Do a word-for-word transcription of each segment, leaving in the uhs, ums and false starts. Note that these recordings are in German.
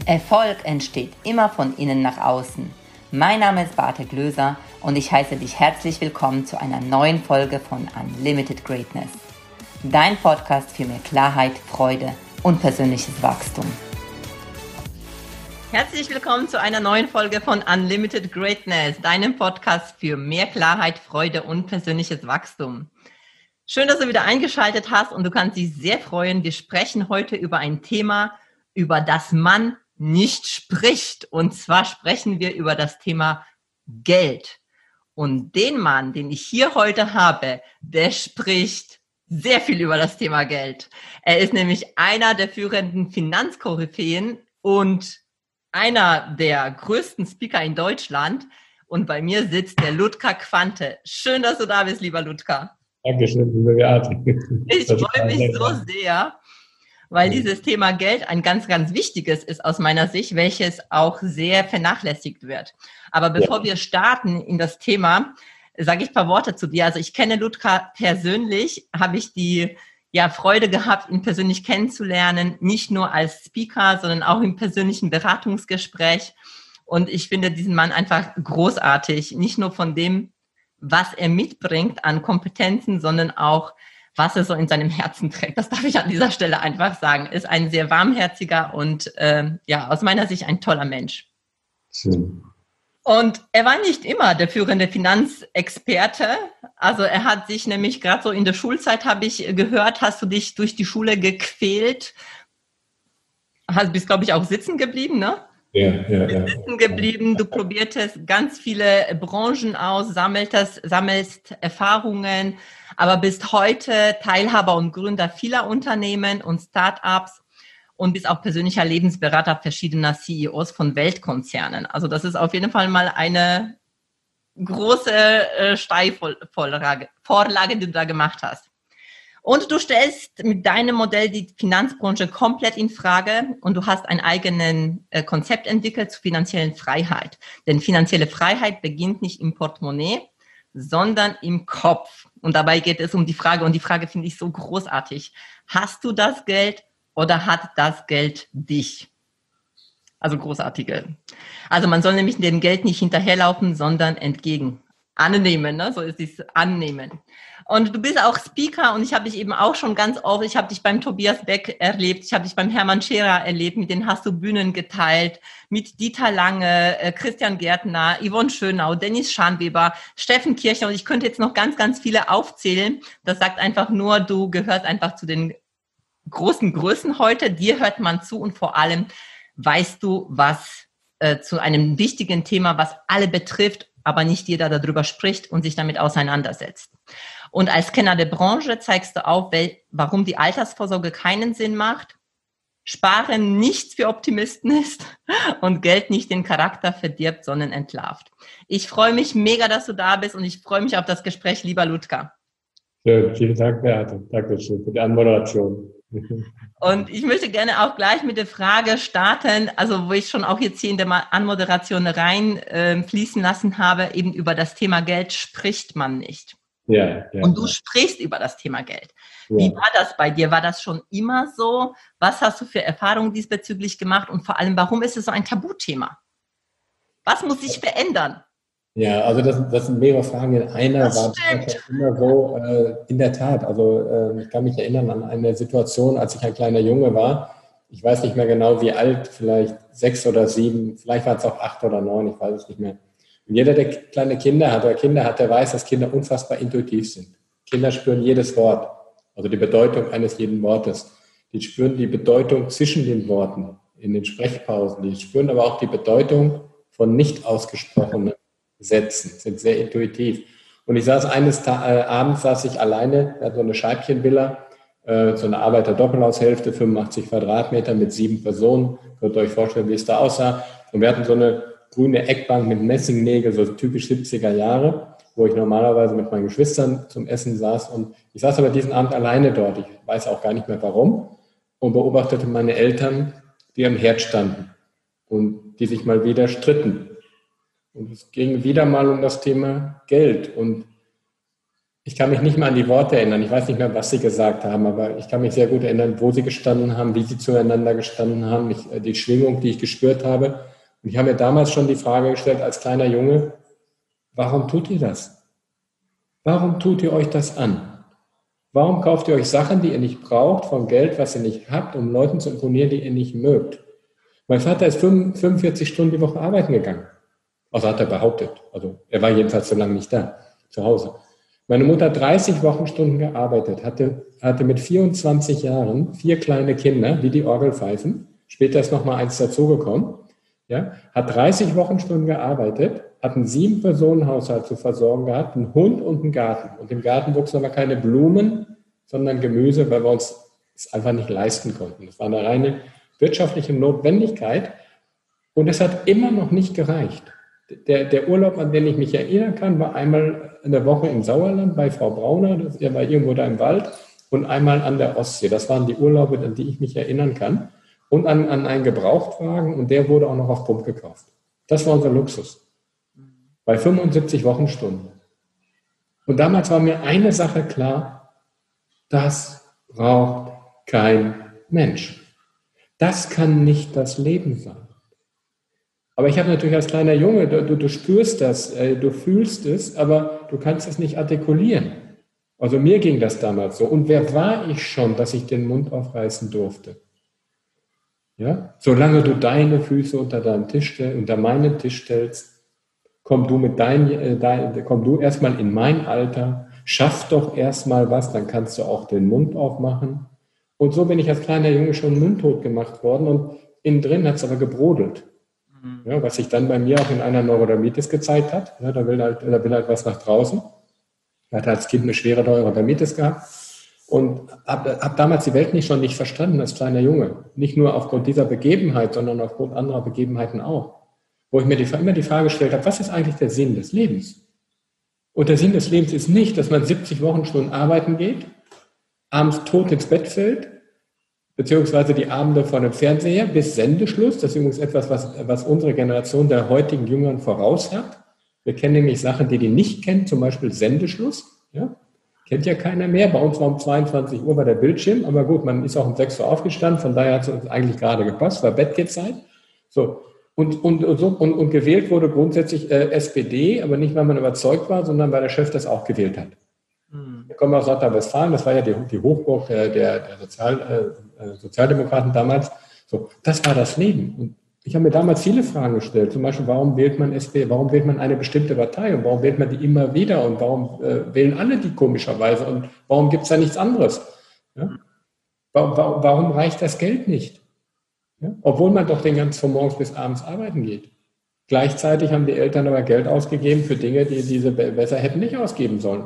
Erfolg entsteht immer von innen nach außen. Mein Name ist Barte Glöser und ich heiße dich herzlich willkommen zu einer neuen Folge von Unlimited Greatness. Dein Podcast für mehr Klarheit, Freude und persönliches Wachstum. Herzlich willkommen zu einer neuen Folge von Unlimited Greatness, deinem Podcast für mehr Klarheit, Freude und persönliches Wachstum. Schön, dass du wieder eingeschaltet hast und du kannst dich sehr freuen. Wir sprechen heute über ein Thema, über das man nicht spricht. Und zwar sprechen wir über das Thema Geld. Und den Mann, den ich hier heute habe, der spricht sehr viel über das Thema Geld. Er ist nämlich einer der führenden Finanzkoryphäen und einer der größten Speaker in Deutschland. Und bei mir sitzt der Ludger Quante. Schön, dass du da bist, lieber Ludger. Dankeschön, liebe Beate. Ich freue mich so sehr, weil dieses Thema Geld ein ganz, ganz wichtiges ist aus meiner Sicht, welches auch sehr vernachlässigt wird. Aber bevor ja. wir starten in das Thema, sage ich ein paar Worte zu dir. Also ich kenne Ludger persönlich, habe ich die ja, Freude gehabt, ihn persönlich kennenzulernen, nicht nur als Speaker, sondern auch im persönlichen Beratungsgespräch. Und ich finde diesen Mann einfach großartig, nicht nur von dem, was er mitbringt an Kompetenzen, sondern auch, was er so in seinem Herzen trägt. Das darf ich an dieser Stelle einfach sagen. Ist ein sehr warmherziger und äh, ja, aus meiner Sicht ein toller Mensch. Schön. Und er war nicht immer der führende Finanzexperte. Also er hat sich nämlich gerade so in der Schulzeit, habe ich gehört, hast du dich durch die Schule gequält. Hast, bist, glaube ich, auch sitzen geblieben, ne? Ja, ja, ja. Sitzen geblieben. Du probiertest ganz viele Branchen aus, sammelst, sammelst Erfahrungen, aber bist heute Teilhaber und Gründer vieler Unternehmen und Start-ups und bist auch persönlicher Lebensberater verschiedener C E Os von Weltkonzernen. Also das ist auf jeden Fall mal eine große äh, Steilvorlage, Vorlage, die du da gemacht hast. Und du stellst mit deinem Modell die Finanzbranche komplett in Frage und du hast ein eigenes äh, Konzept entwickelt zur finanziellen Freiheit. Denn finanzielle Freiheit beginnt nicht im Portemonnaie, sondern im Kopf. Und dabei geht es um die Frage, und die Frage finde ich so großartig. Hast du das Geld oder hat das Geld dich? Also großartige. Also man soll nämlich dem Geld nicht hinterherlaufen, sondern entgegen. Annehmen, ne? So ist es, annehmen. Und du bist auch Speaker und ich habe dich eben auch schon ganz oft, ich habe dich beim Tobias Beck erlebt, ich habe dich beim Hermann Scherer erlebt, mit denen hast du Bühnen geteilt, mit Dieter Lange, äh, Christian Gärtner, Yvonne Schönau, Dennis Schanweber, Steffen Kircher und ich könnte jetzt noch ganz, ganz viele aufzählen. Das sagt einfach nur, du gehörst einfach zu den großen Größen heute, dir hört man zu und vor allem weißt du, was äh, zu einem wichtigen Thema, was alle betrifft, aber nicht jeder darüber spricht und sich damit auseinandersetzt. Und als Kenner der Branche zeigst du auf, warum die Altersvorsorge keinen Sinn macht, Sparen nichts für Optimisten ist und Geld nicht den Charakter verdirbt, sondern entlarvt. Ich freue mich mega, dass du da bist und ich freue mich auf das Gespräch, lieber Ludger. Schön, vielen Dank, Beate. Dankeschön für die Anmoderation. Und ich möchte gerne auch gleich mit der Frage starten, also wo ich schon auch jetzt hier in der Anmoderation rein äh, fließen lassen habe, eben über das Thema Geld spricht man nicht. Ja, ja, und du ja. sprichst über das Thema Geld. Ja. Wie war das bei dir? War das schon immer so? Was hast du für Erfahrungen diesbezüglich gemacht? Und vor allem, warum ist es so ein Tabuthema? Was muss sich verändern? Ja, also das, das sind mehrere Fragen in einer. Das war stimmt. immer so, äh, in der Tat. Also äh, ich kann mich erinnern an eine Situation, als ich ein kleiner Junge war. Ich weiß nicht mehr genau, wie alt, vielleicht sechs oder sieben, vielleicht waren es auch acht oder neun, ich weiß es nicht mehr. Und jeder, der kleine Kinder hat oder Kinder hat, der weiß, dass Kinder unfassbar intuitiv sind. Kinder spüren jedes Wort, also die Bedeutung eines jeden Wortes. Die spüren die Bedeutung zwischen den Worten, in den Sprechpausen. Die spüren aber auch die Bedeutung von nicht ausgesprochenen Sätzen, sind sehr intuitiv. Und ich saß eines Ta- äh, Abends, saß ich alleine, wir hatten so eine Scheibchenvilla, äh, so eine Arbeiter-Doppelhaushälfte, fünfundachtzig Quadratmeter mit sieben Personen. Könnt ihr euch vorstellen, wie es da aussah. Und wir hatten so eine grüne Eckbank mit Messingnägel, so typisch siebziger Jahre, wo ich normalerweise mit meinen Geschwistern zum Essen saß. Und ich saß aber diesen Abend alleine dort. Ich weiß auch gar nicht mehr warum. Und beobachtete meine Eltern, die am Herd standen und die sich mal wieder stritten. Und es ging wieder mal um das Thema Geld. Und Ich kann mich nicht mehr an die Worte erinnern. Ich weiß nicht mehr, was sie gesagt haben, aber ich kann mich sehr gut erinnern, wo sie gestanden haben, wie sie zueinander gestanden haben, ich, die Schwingung, die ich gespürt habe. Und ich habe mir damals schon die Frage gestellt, als kleiner Junge, warum tut ihr das? Warum tut ihr euch das an? Warum kauft ihr euch Sachen, die ihr nicht braucht, von Geld, was ihr nicht habt, um Leuten zu imponieren, die ihr nicht mögt? Mein Vater ist fünfundvierzig Stunden die Woche arbeiten gegangen. Also hat er behauptet. Also er war jedenfalls so lange nicht da, zu Hause. Meine Mutter hat dreißig Wochenstunden gearbeitet, hatte, hatte mit vierundzwanzig Jahren vier kleine Kinder, die die Orgel pfeifen. Später ist noch mal eins dazugekommen. Ja, hat dreißig Wochenstunden gearbeitet, hat einen Sieben-Personen-Haushalt zu versorgen gehabt, einen Hund und einen Garten. Und im Garten wuchsen aber keine Blumen, sondern Gemüse, weil wir uns es einfach nicht leisten konnten. Das war eine reine wirtschaftliche Notwendigkeit. Und es hat immer noch nicht gereicht. Der, der Urlaub, an den ich mich erinnern kann, war einmal eine Woche im Sauerland bei Frau Brauner, das war irgendwo da im Wald, und einmal an der Ostsee. Das waren die Urlaube, an die ich mich erinnern kann. Und an, an einen Gebrauchtwagen, und der wurde auch noch auf Pump gekauft. Das war unser Luxus. Bei fünfundsiebzig Wochenstunden. Und damals war mir eine Sache klar, das braucht kein Mensch. Das kann nicht das Leben sein. Aber ich habe natürlich als kleiner Junge, du, du spürst das, du fühlst es, aber du kannst es nicht artikulieren. Also mir ging das damals so. Und wer war ich schon, dass ich den Mund aufreißen durfte? Ja? Solange du deine Füße unter deinen Tisch, unter meinen Tisch stellst, komm du mit dein, dein, komm du erstmal in mein Alter, schaff doch erstmal was, dann kannst du auch den Mund aufmachen. Und so bin ich als kleiner Junge schon mundtot gemacht worden, und innen drin hat es aber gebrodelt. Ja, was sich dann bei mir auch in einer Neurodermitis gezeigt hat. Ja, da, will halt, da will halt was nach draußen. Ich hatte als Kind eine schwere Neurodermitis gehabt und habe hab damals die Welt nicht schon nicht verstanden als kleiner Junge. Nicht nur aufgrund dieser Begebenheit, sondern aufgrund anderer Begebenheiten auch. Wo ich mir die, immer die Frage gestellt habe, was ist eigentlich der Sinn des Lebens? Und der Sinn des Lebens ist nicht, dass man siebzig Wochenstunden arbeiten geht, abends tot ins Bett fällt, beziehungsweise die Abende vor dem Fernseher bis Sendeschluss. Das ist übrigens etwas, was, was unsere Generation der heutigen Jüngeren voraus hat. Wir kennen nämlich Sachen, die die nicht kennen, zum Beispiel Sendeschluss. Ja? Kennt ja keiner mehr. Bei uns war um zweiundzwanzig Uhr war der Bildschirm, aber gut, man ist auch um sechs Uhr aufgestanden, von daher hat es uns eigentlich gerade gepasst, war Bettgehzeit. So. Und, und, und, so, und, und gewählt wurde grundsätzlich äh, S P D, aber nicht, weil man überzeugt war, sondern weil der Chef das auch gewählt hat. Wir kommen aus Nordrhein-Westfalen, das war ja die, die Hochburg der, der, der Sozial, äh, Sozialdemokraten damals. So, das war das Leben. Und ich habe mir damals viele Fragen gestellt. Zum Beispiel, warum wählt man S P D, warum wählt man eine bestimmte Partei und warum wählt man die immer wieder und warum äh, wählen alle die komischerweise und warum gibt es da nichts anderes? Ja? Warum, warum reicht das Geld nicht? Ja? Obwohl man doch den ganzen von morgens bis abends arbeiten geht. Gleichzeitig haben die Eltern aber Geld ausgegeben für Dinge, die diese besser hätten nicht ausgeben sollen.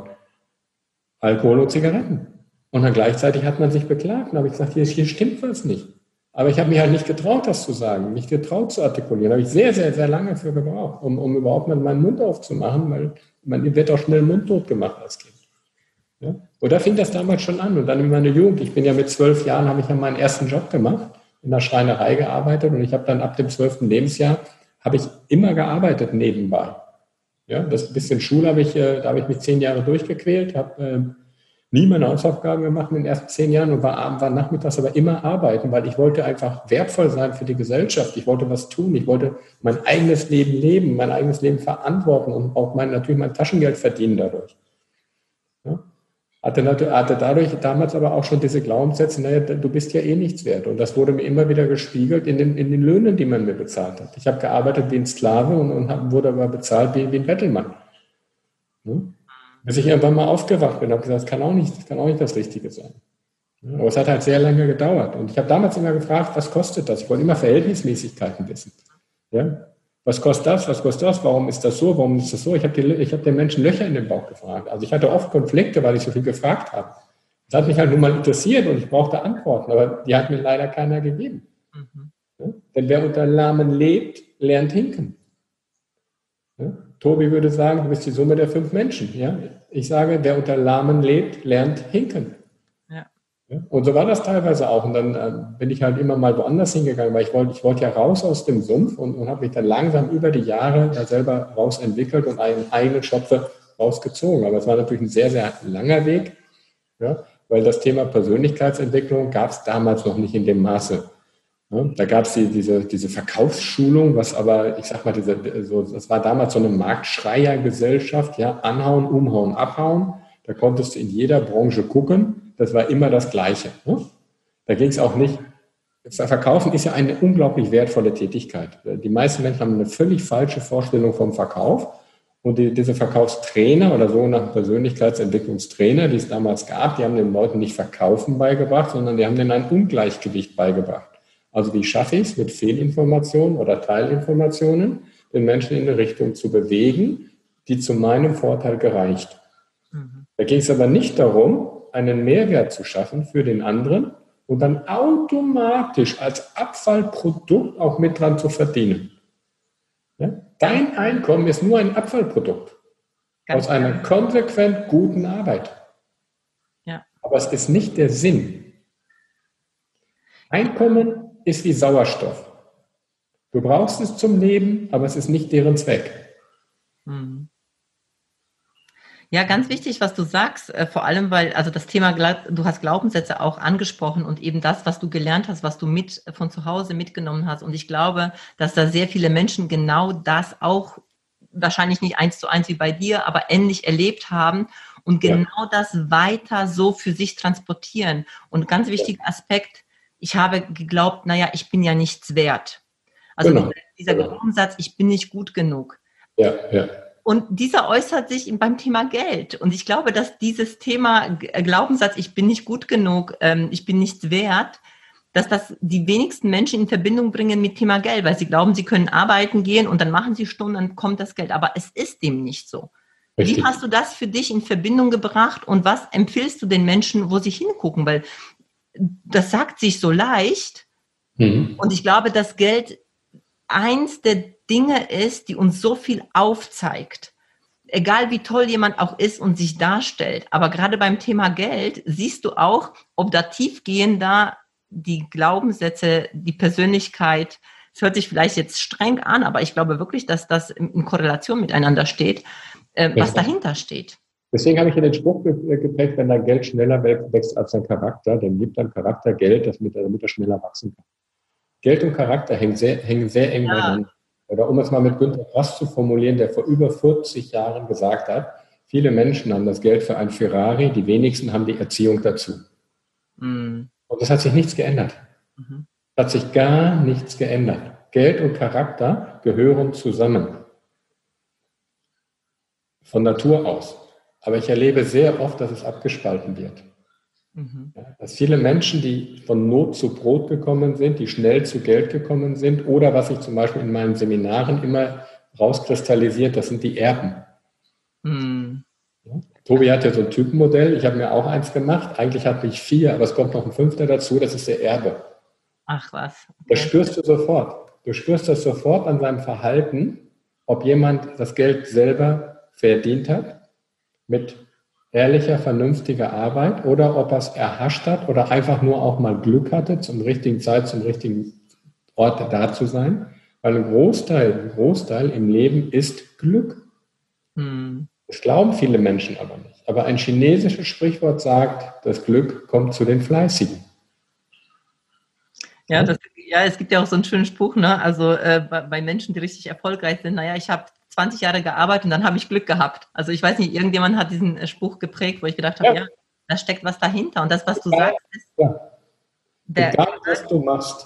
Alkohol und Zigaretten. Und dann gleichzeitig hat man sich beklagt. Und habe ich gesagt, hier, hier stimmt was nicht. Aber ich habe mich halt nicht getraut, das zu sagen, nicht getraut zu artikulieren. Da habe ich sehr, sehr, sehr lange für gebraucht, um, um überhaupt mal meinen Mund aufzumachen, weil man wird auch schnell mundtot gemacht als Kind. Ja? Und da fing das damals schon an. Und dann in meiner Jugend, ich bin ja mit zwölf Jahren, habe ich ja meinen ersten Job gemacht, in der Schreinerei gearbeitet. Und ich habe dann ab dem zwölften Lebensjahr, habe ich immer gearbeitet nebenbei. Ja, das bisschen Schule habe ich, da habe ich mich zehn Jahre durchgequält, habe äh, nie meine Hausaufgaben gemacht in den ersten zehn Jahren und war abends, war nachmittags aber immer arbeiten, weil ich wollte einfach wertvoll sein für die Gesellschaft. Ich wollte was tun, ich wollte mein eigenes Leben leben, mein eigenes Leben verantworten und auch mein, natürlich mein Taschengeld verdienen dadurch. Ja? Hatte, hatte dadurch damals aber auch schon diese Glaubenssätze, naja, du bist ja eh nichts wert. Und das wurde mir immer wieder gespiegelt in den, in den Löhnen, die man mir bezahlt hat. Ich habe gearbeitet wie ein Sklave und, und hab, wurde aber bezahlt wie, wie ein Bettelmann. Ja? Bis ich irgendwann mal aufgewacht bin und habe gesagt, das kann auch nicht, das kann auch nicht das Richtige sein. Ja? Aber es hat halt sehr lange gedauert. Und ich habe damals immer gefragt, was kostet das? Ich wollte immer Verhältnismäßigkeiten wissen. Ja? Was kostet das? Was kostet das? Warum ist das so? Warum ist das so? Ich habe ich hab den Menschen Löcher in den Bauch gefragt. Also ich hatte oft Konflikte, weil ich so viel gefragt habe. Das hat mich halt nun mal interessiert und ich brauchte Antworten, aber die hat mir leider keiner gegeben. Mhm. Ja? Denn wer unter Lahmen lebt, lernt hinken. Ja? Tobi würde sagen, du bist die Summe der fünf Menschen. Ja? Ich sage, wer unter Lahmen lebt, lernt hinken. Ja, und so war das teilweise auch. Und dann äh, bin ich halt immer mal woanders hingegangen, weil ich wollte ich wollte ja raus aus dem Sumpf und, und habe mich dann langsam über die Jahre da selber rausentwickelt und einen eigenen Schopfe draus gezogen. Aber es war natürlich ein sehr, sehr langer Weg, ja, weil das Thema Persönlichkeitsentwicklung gab es damals noch nicht in dem Maße. Ja, da gab es die, diese, diese Verkaufsschulung, was aber, ich sag mal, diese, so, das war damals so eine Marktschreiergesellschaft, ja, anhauen, umhauen, abhauen. Da konntest du in jeder Branche gucken. Das war immer das Gleiche. Ne? Da ging es auch nicht. Verkaufen ist ja eine unglaublich wertvolle Tätigkeit. Die meisten Menschen haben eine völlig falsche Vorstellung vom Verkauf. Und die, diese Verkaufstrainer oder sogenannten Persönlichkeitsentwicklungstrainer, die es damals gab, die haben den Leuten nicht Verkaufen beigebracht, sondern die haben denen ein Ungleichgewicht beigebracht. Also wie schaffe ich es mit Fehlinformationen oder Teilinformationen, den Menschen in eine Richtung zu bewegen, die zu meinem Vorteil gereicht. Mhm. Da ging es aber nicht darum, einen Mehrwert zu schaffen für den anderen und dann automatisch als Abfallprodukt auch mit dran zu verdienen. Ja? Dein Einkommen ist nur ein Abfallprodukt Ganz aus einer konsequent guten Arbeit. Ja. Aber es ist nicht der Sinn. Einkommen ist wie Sauerstoff. Du brauchst es zum Leben, aber es ist nicht deren Zweck. Mhm. Ja, ganz wichtig, was du sagst, äh, vor allem, weil, also das Thema, du hast Glaubenssätze auch angesprochen und eben das, was du gelernt hast, was du mit von zu Hause mitgenommen hast. Und ich glaube, dass da sehr viele Menschen genau das auch, wahrscheinlich nicht eins zu eins wie bei dir, aber ähnlich erlebt haben und genau ja. das weiter so für sich transportieren. Und ganz wichtiger Aspekt, ich habe geglaubt, naja, ich bin ja nichts wert. Also genau. dieser, dieser genau. Glaubenssatz, ich bin nicht gut genug. Ja, ja. Und dieser äußert sich beim Thema Geld. Und ich glaube, dass dieses Thema Glaubenssatz, ich bin nicht gut genug, ähm, ich bin nichts wert, dass das die wenigsten Menschen in Verbindung bringen mit Thema Geld, weil sie glauben, sie können arbeiten gehen und dann machen sie Stunden, dann kommt das Geld. Aber es ist dem nicht so. Richtig. Wie hast du das für dich in Verbindung gebracht und was empfiehlst du den Menschen, wo sie hingucken? Weil das sagt sich so leicht. Mhm. Und ich glaube, dass Geld eins der Dinge ist, die uns so viel aufzeigt. Egal wie toll jemand auch ist und sich darstellt. Aber gerade beim Thema Geld siehst du auch, ob da tiefgehender die Glaubenssätze, die Persönlichkeit, es hört sich vielleicht jetzt streng an, aber ich glaube wirklich, dass das in Korrelation miteinander steht, äh, was dahinter steht. Deswegen habe ich hier den Spruch geprägt, wenn dein Geld schneller wächst als dein Charakter, dann gibt dein Charakter Geld, damit er, damit er schneller wachsen kann. Geld und Charakter hängen sehr, hängen sehr eng ja. beieinander. Oder um es mal mit Günter Grass zu formulieren, der vor über vierzig Jahren gesagt hat, viele Menschen haben das Geld für ein Ferrari, die wenigsten haben die Erziehung dazu. Mhm. Und es hat sich nichts geändert. Mhm. Es hat sich gar nichts geändert. Geld und Charakter gehören zusammen. Von Natur aus. Aber ich erlebe sehr oft, dass es abgespalten wird. Mhm. Ja, dass viele Menschen, die von Not zu Brot gekommen sind, die schnell zu Geld gekommen sind, oder was sich zum Beispiel in meinen Seminaren immer rauskristallisiert, das sind die Erben. Mhm. Ja, Tobi hat ja so ein Typenmodell, ich habe mir auch eins gemacht, eigentlich hatte ich vier, aber es kommt noch ein fünfter dazu, das ist der Erbe. Ach was. Okay. Das spürst du sofort. Du spürst das sofort an seinem Verhalten, ob jemand das Geld selber verdient hat, mit ehrlicher, vernünftiger Arbeit oder ob er es erhascht hat oder einfach nur auch mal Glück hatte, zum richtigen Zeit, zum richtigen Ort da zu sein. Weil ein Großteil, ein Großteil im Leben ist Glück. Hm. Das glauben viele Menschen aber nicht. Aber ein chinesisches Sprichwort sagt, das Glück kommt zu den Fleißigen. Ja, das, ja, es gibt ja auch so einen schönen Spruch, ne? Also äh, bei, bei Menschen, die richtig erfolgreich sind, naja, ich habe zwanzig Jahre gearbeitet und dann habe ich Glück gehabt. Also ich weiß nicht, irgendjemand hat diesen Spruch geprägt, wo ich gedacht habe, ja, ja da steckt was dahinter. Und das, was du ja, sagst, ist... Ja. Der, Egal, was du machst.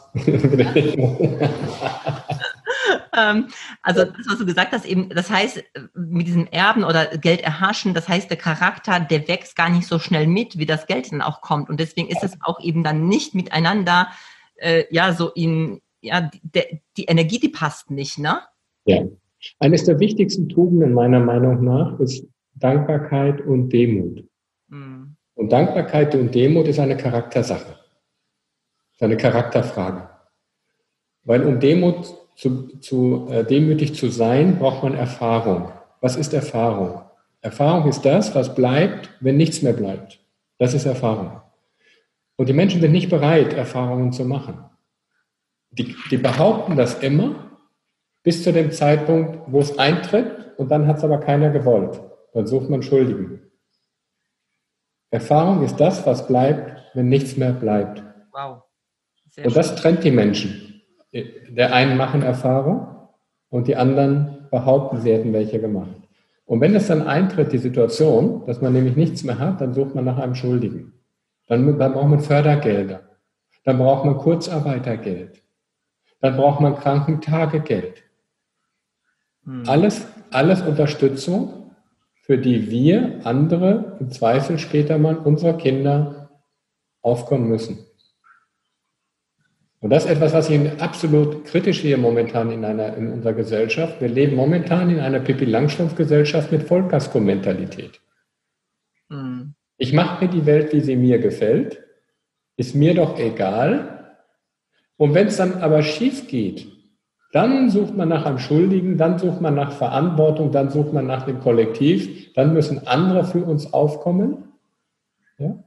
ähm, also das, was du gesagt hast, eben, das heißt, mit diesem Erben oder Geld erhaschen, das heißt, der Charakter, der wächst gar nicht so schnell mit, wie das Geld dann auch kommt. Und deswegen ist es auch eben dann nicht miteinander, äh, ja, so in, ja, die, die Energie, die passt nicht, ne? Ja. Eines der wichtigsten Tugenden meiner Meinung nach ist Dankbarkeit und Demut. Mhm. Und Dankbarkeit und Demut ist eine Charaktersache. Ist eine Charakterfrage. Weil um Demut zu, zu äh, demütig zu sein, braucht man Erfahrung. Was ist Erfahrung? Erfahrung ist das, was bleibt, wenn nichts mehr bleibt. Das ist Erfahrung. Und die Menschen sind nicht bereit, Erfahrungen zu machen. Die, die behaupten das immer, bis zu dem Zeitpunkt, wo es eintritt, und dann hat es aber keiner gewollt. dann sucht man Schuldigen. Erfahrung ist das, was bleibt, wenn nichts mehr bleibt. Wow. Sehr Und das schön. trennt die Menschen. Der einen machen Erfahrung und die anderen behaupten, sie hätten welche gemacht. Und wenn es dann eintritt, die Situation, dass man nämlich nichts mehr hat, dann sucht man nach einem Schuldigen. Dann, dann braucht man Fördergelder. Dann braucht man Kurzarbeitergeld. Dann braucht man Krankentagegeld. Hm. Alles, alles Unterstützung, für die wir andere im Zweifel später mal unsere Kinder aufkommen müssen. Und das ist etwas, was ich absolut kritisch sehe momentan in, einer, in unserer Gesellschaft. Wir leben momentan in einer Pippi-Langstrumpf-Gesellschaft mit Vollkasko-Mentalität. Mhm. Ich mache mir die Welt, wie sie mir gefällt, ist mir doch egal. Und wenn es dann aber schief geht, dann sucht man nach einem Schuldigen, dann sucht man nach Verantwortung, dann sucht man nach dem Kollektiv, dann müssen andere für uns aufkommen. Ja?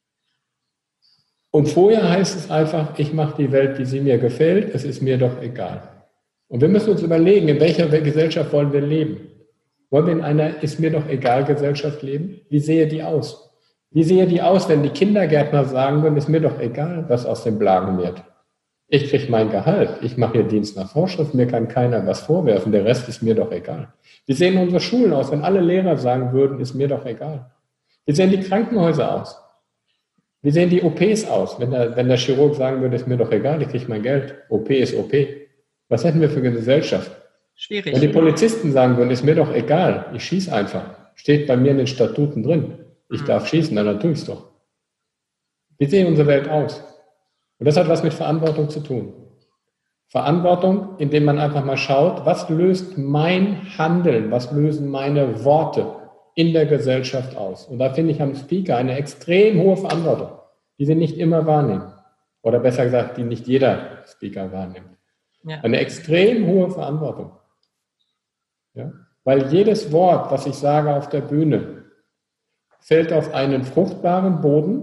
Und vorher heißt es einfach, ich mache die Welt, wie sie mir gefällt, es ist mir doch egal. Und wir müssen uns überlegen, in welcher Gesellschaft wollen wir leben? Wollen wir in einer ist mir doch egal Gesellschaft leben? Wie sehe die aus? Wie sehe die aus, wenn die Kindergärtner sagen würden, ist mir doch egal, was aus dem Blagen wird? Ich kriege mein Gehalt, ich mache hier Dienst nach Vorschrift, mir kann keiner was vorwerfen, der Rest ist mir doch egal. Wie sehen unsere Schulen aus, wenn alle Lehrer sagen würden, ist mir doch egal? Wie sehen die Krankenhäuser aus? Wie sehen die O Ps aus, wenn der, wenn der Chirurg sagen würde, ist mir doch egal, ich kriege mein Geld, O P ist O P. Was hätten wir für eine Gesellschaft? Schwierig. Wenn die Polizisten sagen würden, ist mir doch egal, ich schieße einfach, steht bei mir in den Statuten drin, ich darf schießen, dann tue ich es doch. Wie sieht unsere Welt aus? Und das hat was mit Verantwortung zu tun. Verantwortung, indem man einfach mal schaut, was löst mein Handeln, was lösen meine Worte in der Gesellschaft aus. Und da finde ich am Speaker eine extrem hohe Verantwortung, die sie nicht immer wahrnehmen. Oder besser gesagt, die nicht jeder Speaker wahrnimmt. Ja. Eine extrem hohe Verantwortung. Ja? Weil jedes Wort, was ich sage auf der Bühne, fällt auf einen fruchtbaren Boden,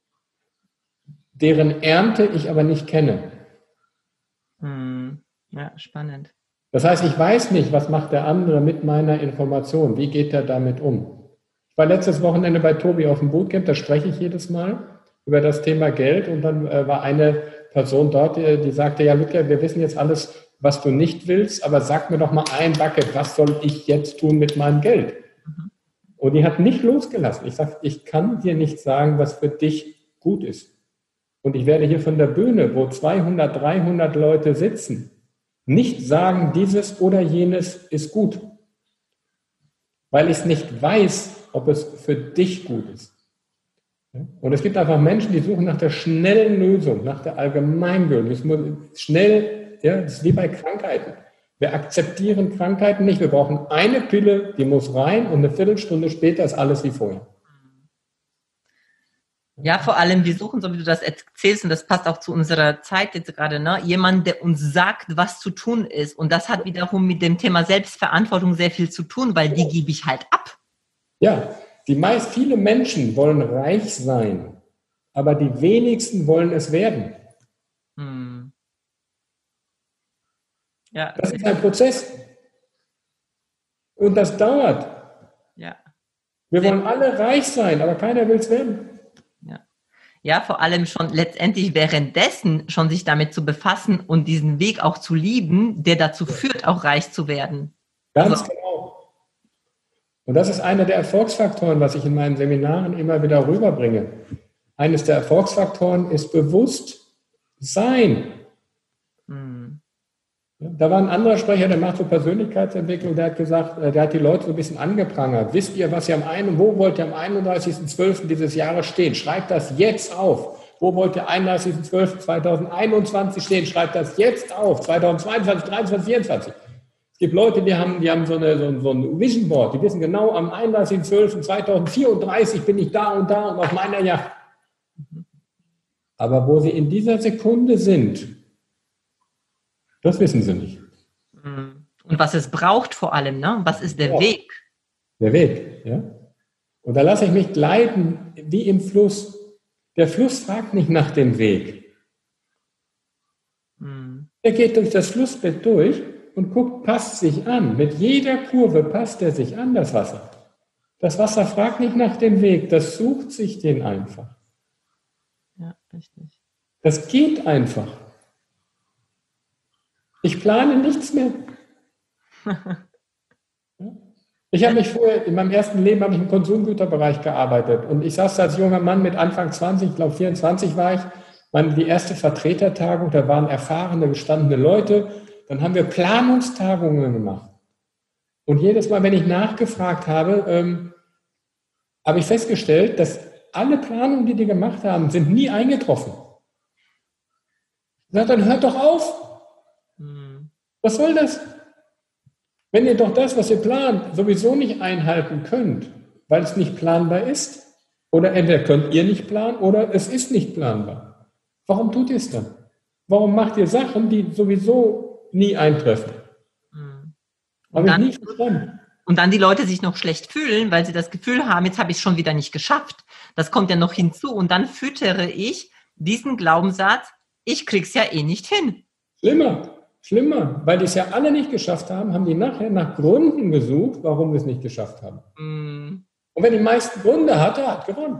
deren Ernte ich aber nicht kenne. Ja, spannend. Das heißt, ich weiß nicht, was macht der andere mit meiner Information, wie geht er damit um. Ich war letztes Wochenende bei Tobi auf dem Bootcamp, da spreche ich jedes Mal über das Thema Geld und dann äh, war eine Person dort, die, die sagte, ja Ludger, wir wissen jetzt alles, was du nicht willst, aber sag mir doch mal ein Bucket, was soll ich jetzt tun mit meinem Geld? Mhm. Und die hat nicht losgelassen. Ich sage, ich kann dir nicht sagen, was für dich gut ist. Und ich werde hier von der Bühne, wo zweihundert, dreihundert Leute sitzen, nicht sagen, dieses oder jenes ist gut. Weil ich es nicht weiß, ob es für dich gut ist. Und es gibt einfach Menschen, die suchen nach der schnellen Lösung, nach der Allgemeinbildung. Es muss schnell, ja, das ist wie bei Krankheiten. Wir akzeptieren Krankheiten nicht. Wir brauchen eine Pille, die muss rein und eine Viertelstunde später ist alles wie vorher. Ja, vor allem, wir suchen, so wie du das erzählst, und das passt auch zu unserer Zeit jetzt gerade, ne? Jemand, der uns sagt, was zu tun ist. Und das hat wiederum mit dem Thema Selbstverantwortung sehr viel zu tun, weil die gebe ich halt ab. Ja, die meist, viele Menschen wollen reich sein, aber die wenigsten wollen es werden. Hm. Ja, das ist ein Prozess. Und das dauert. Ja. Wir wollen alle reich sein, aber keiner will es werden. Ja, vor allem schon letztendlich währenddessen schon sich damit zu befassen und diesen Weg auch zu lieben, der dazu führt, auch reich zu werden. Ganz also, genau. Und das ist einer der Erfolgsfaktoren, was ich in meinen Seminaren immer wieder rüberbringe. Eines der Erfolgsfaktoren ist Bewusstsein. Hm. Da war ein anderer Sprecher, der macht so Persönlichkeitsentwicklung, der hat gesagt, der hat die Leute so ein bisschen angeprangert. Wisst ihr, was ihr am einen, wo wollt ihr am einunddreißigsten zwölften dieses Jahres stehen? Schreibt das jetzt auf. Wo wollt ihr einunddreißigsten zwölften zweitausendeinundzwanzig stehen? Schreibt das jetzt auf. zweitausendzweiundzwanzig, dreiundzwanzig, vierundzwanzig. Es gibt Leute, die haben, die haben so, eine, so, ein, so ein Vision Board. Die wissen genau, am einunddreißigsten zwölften zweitausendvierunddreißig bin ich da und da und auf meiner Yacht. Aber wo sie in dieser Sekunde sind, das wissen sie nicht. Und was es braucht vor allem, ne? Was ist der ja. Weg? Der Weg, ja. Und da lasse ich mich gleiten wie im Fluss. Der Fluss fragt nicht nach dem Weg. Hm. Er geht durch das Flussbett durch und guckt, passt sich an. Mit jeder Kurve passt er sich an, das Wasser. Das Wasser fragt nicht nach dem Weg, das sucht sich den einfach. Ja, richtig. Das geht einfach. Ich plane nichts mehr. Ich habe mich vorher, in meinem ersten Leben habe ich im Konsumgüterbereich gearbeitet und ich saß da als junger Mann mit Anfang zwanzig, ich glaube vierundzwanzig war ich, meine, die erste Vertretertagung, da waren erfahrene, gestandene Leute, dann haben wir Planungstagungen gemacht. Und jedes Mal, wenn ich nachgefragt habe, ähm, habe ich festgestellt, dass alle Planungen, die die gemacht haben, sind nie eingetroffen. Ich sage, dann hört doch auf. Hm. Was soll das? Wenn ihr doch das, was ihr plant, sowieso nicht einhalten könnt, weil es nicht planbar ist, oder entweder könnt ihr nicht planen, oder es ist nicht planbar. Warum tut ihr es dann? Warum macht ihr Sachen, die sowieso nie eintreffen? Mhm. Habe ich nicht verstanden. Und dann die Leute sich noch schlecht fühlen, weil sie das Gefühl haben, jetzt habe ich es schon wieder nicht geschafft. Das kommt ja noch hinzu. Und dann füttere ich diesen Glaubenssatz, ich krieg's ja eh nicht hin. Schlimmer. Schlimmer, weil die es ja alle nicht geschafft haben, haben die nachher nach Gründen gesucht, warum wir es nicht geschafft haben. Mm. Und wer die meisten Gründe hatte, hat gewonnen.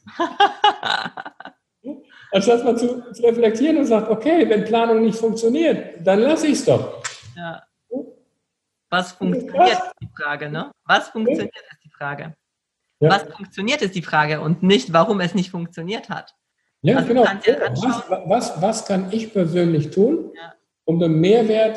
Anstatt mal zu, zu reflektieren und sagt, okay, wenn Planung nicht funktioniert, dann lasse ich es doch. Ja. Was funktioniert, ist die Frage, ne? Was funktioniert, ist die Frage. Ja. Was funktioniert, ist die Frage und nicht, warum es nicht funktioniert hat. Ja, also genau. Was, was, was kann ich persönlich tun? Ja. Um den Mehrwert,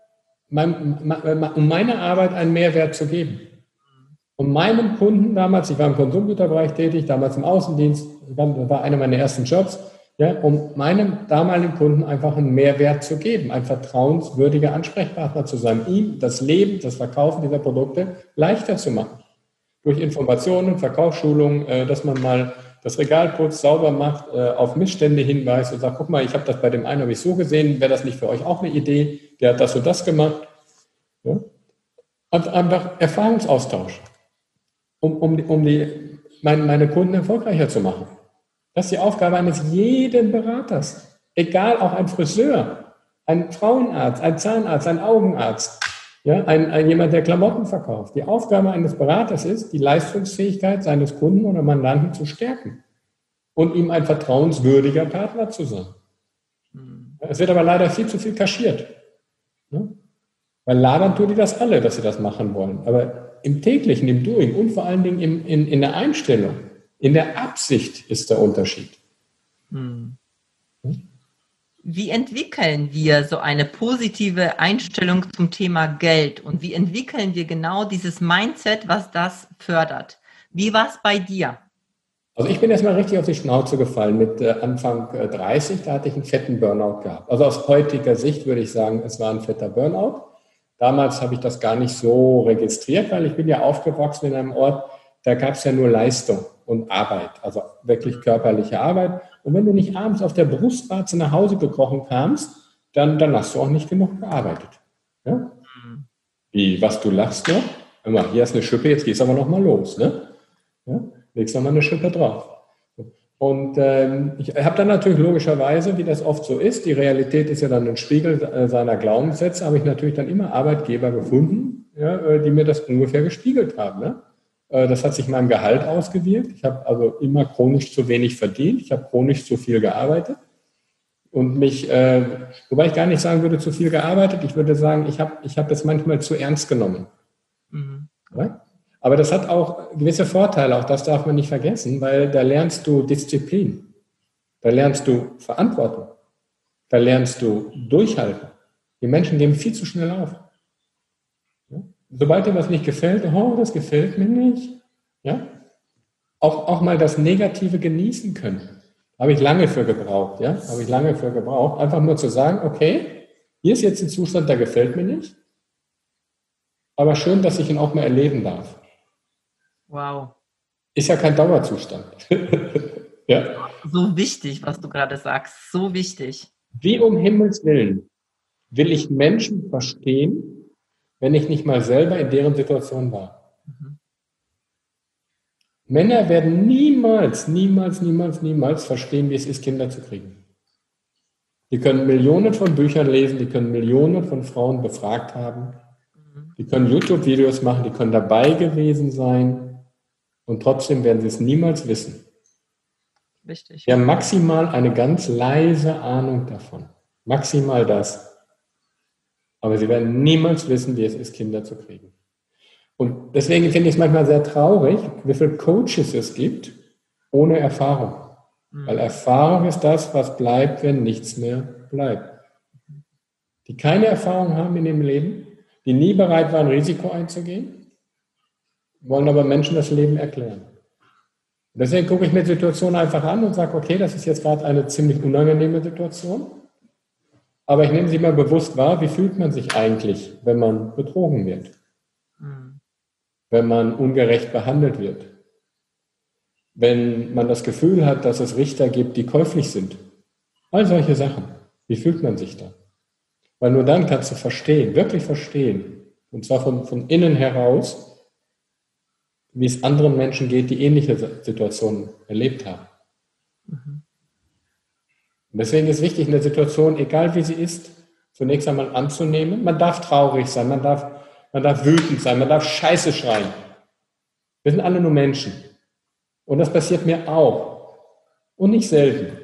um meiner Arbeit einen Mehrwert zu geben. Um meinem Kunden damals, ich war im Konsumgüterbereich tätig, damals im Außendienst, das war einer meiner ersten Jobs, ja, um meinem damaligen Kunden einfach einen Mehrwert zu geben, ein vertrauenswürdiger Ansprechpartner zu sein, ihm das Leben, das Verkaufen dieser Produkte leichter zu machen. Durch Informationen, Verkaufsschulungen, dass man mal das Regal putzt, sauber macht, auf Missstände hinweist und sagt, guck mal, ich habe das bei dem einen habe ich so gesehen, wäre das nicht für euch auch eine Idee? Der hat das und das gemacht. Ja? Und einfach Erfahrungsaustausch, um, um, um die, meine, meine Kunden erfolgreicher zu machen. Das ist die Aufgabe eines jeden Beraters. Egal, auch ein Friseur, ein Frauenarzt, ein Zahnarzt, ein Augenarzt, ja, ein, ein, jemand, der Klamotten verkauft. Die Aufgabe eines Beraters ist, die Leistungsfähigkeit seines Kunden oder Mandanten zu stärken und ihm ein vertrauenswürdiger Partner zu sein. Mhm. Es wird aber leider viel zu viel kaschiert. Ja? Weil labern tun die das alle, dass sie das machen wollen. Aber im täglichen, im Doing und vor allen Dingen im, in, in der Einstellung, in der Absicht ist der Unterschied. Mhm. Wie entwickeln wir so eine positive Einstellung zum Thema Geld und wie entwickeln wir genau dieses Mindset, was das fördert? Wie war es bei dir? Also ich bin erstmal richtig auf die Schnauze gefallen mit äh, Anfang äh, dreißig, da hatte ich einen fetten Burnout gehabt. Also aus heutiger Sicht würde ich sagen, es war ein fetter Burnout. Damals habe ich das gar nicht so registriert, weil ich bin ja aufgewachsen in einem Ort, da gab es ja nur Leistung und Arbeit, also wirklich körperliche Arbeit. Und wenn du nicht abends auf der Brustwarze nach Hause gekrochen kamst, dann, dann hast du auch nicht genug gearbeitet. Ja? Mhm. Wie, was, du lachst noch? Hör mal, hier ist eine Schippe, jetzt gehst du aber noch mal los. Ne? Ja? Legst noch mal eine Schippe drauf. Und ähm, ich habe dann natürlich logischerweise, wie das oft so ist, die Realität ist ja dann ein Spiegel äh, seiner Glaubenssätze, habe ich natürlich dann immer Arbeitgeber gefunden, ja, äh, die mir das ungefähr gespiegelt haben. Ne? Das hat sich meinem Gehalt ausgewirkt. Ich habe also immer chronisch zu wenig verdient. Ich habe chronisch zu viel gearbeitet. Und mich, äh, wobei ich gar nicht sagen würde, zu viel gearbeitet. Ich würde sagen, ich habe ich hab das manchmal zu ernst genommen. Mhm. Ja? Aber das hat auch gewisse Vorteile. Auch das darf man nicht vergessen, weil da lernst du Disziplin. Da lernst du Verantwortung. Da lernst du Durchhalten. Die Menschen geben viel zu schnell auf. Sobald dir was nicht gefällt, oh, das gefällt mir nicht, ja, auch, auch mal das Negative genießen können. Habe ich lange für gebraucht, ja, habe ich lange für gebraucht, einfach nur zu sagen, okay, hier ist jetzt ein Zustand, der gefällt mir nicht, aber schön, dass ich ihn auch mal erleben darf. Wow. Ist ja kein Dauerzustand. Ja. So wichtig, was du gerade sagst, so wichtig. Wie um Himmels Willen will ich Menschen verstehen, wenn ich nicht mal selber in deren Situation war. Mhm. Männer werden niemals, niemals, niemals, niemals verstehen, wie es ist, Kinder zu kriegen. Die können Millionen von Büchern lesen, die können Millionen von Frauen befragt haben, mhm. die können YouTube-Videos machen, die können dabei gewesen sein. und trotzdem werden sie es niemals wissen. Richtig. Wir haben maximal eine ganz leise Ahnung davon. Maximal das. Aber sie werden niemals wissen, wie es ist, Kinder zu kriegen. Und deswegen finde ich es manchmal sehr traurig, wie viele Coaches es gibt, ohne Erfahrung. Mhm. Weil Erfahrung ist das, was bleibt, wenn nichts mehr bleibt. Die keine Erfahrung haben in ihrem Leben, die nie bereit waren, Risiko einzugehen, wollen aber Menschen das Leben erklären. Und deswegen gucke ich mir Situationen einfach an und sage, okay, das ist jetzt gerade eine ziemlich unangenehme Situation, aber ich nehme sie mal bewusst wahr, wie fühlt man sich eigentlich, wenn man betrogen wird, mhm. wenn man ungerecht behandelt wird, wenn man das Gefühl hat, dass es Richter gibt, die käuflich sind. All solche Sachen. Wie fühlt man sich da? Weil nur dann kannst du verstehen, wirklich verstehen, und zwar von, von innen heraus, wie es anderen Menschen geht, die ähnliche Situationen erlebt haben. Mhm. Und deswegen ist wichtig, eine Situation, egal wie sie ist, zunächst einmal anzunehmen. Man darf traurig sein, man darf, man darf wütend sein, man darf Scheiße schreien. Wir sind alle nur Menschen. Und das passiert mir auch. Und nicht selten.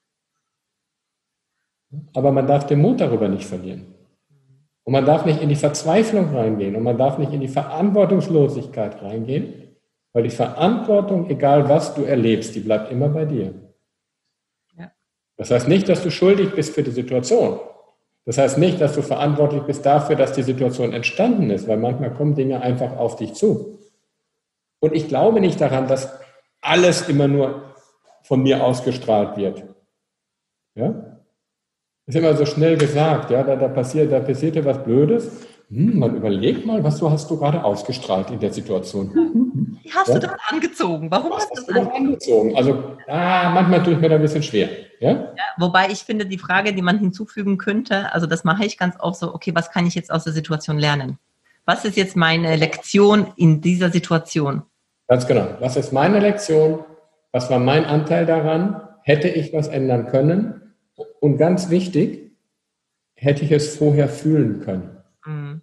Aber man darf den Mut darüber nicht verlieren. Und man darf nicht in die Verzweiflung reingehen und man darf nicht in die Verantwortungslosigkeit reingehen, weil die Verantwortung, egal was du erlebst, die bleibt immer bei dir. Ja. Das heißt nicht, dass du schuldig bist für die Situation. Das heißt nicht, dass du verantwortlich bist dafür, dass die Situation entstanden ist, weil manchmal kommen Dinge einfach auf dich zu. Und ich glaube nicht daran, dass alles immer nur von mir ausgestrahlt wird. Ja? Ist immer so schnell gesagt, ja, da, da passiert, da passierte was Blödes. Hm, man überlegt mal, was du hast du gerade ausgestrahlt in der Situation. Wie hast ja? du das angezogen? Warum was hast, hast du das angezogen? Also, ah, manchmal tue ich mir da ein bisschen schwer. Ja? Ja, wobei ich finde, die Frage, die man hinzufügen könnte, also das mache ich ganz oft so, okay, was kann ich jetzt aus der Situation lernen? Was ist jetzt meine Lektion in dieser Situation? Ganz genau. Was ist meine Lektion? Was war mein Anteil daran? Hätte ich was ändern können? Und ganz wichtig, hätte ich es vorher fühlen können. Mhm.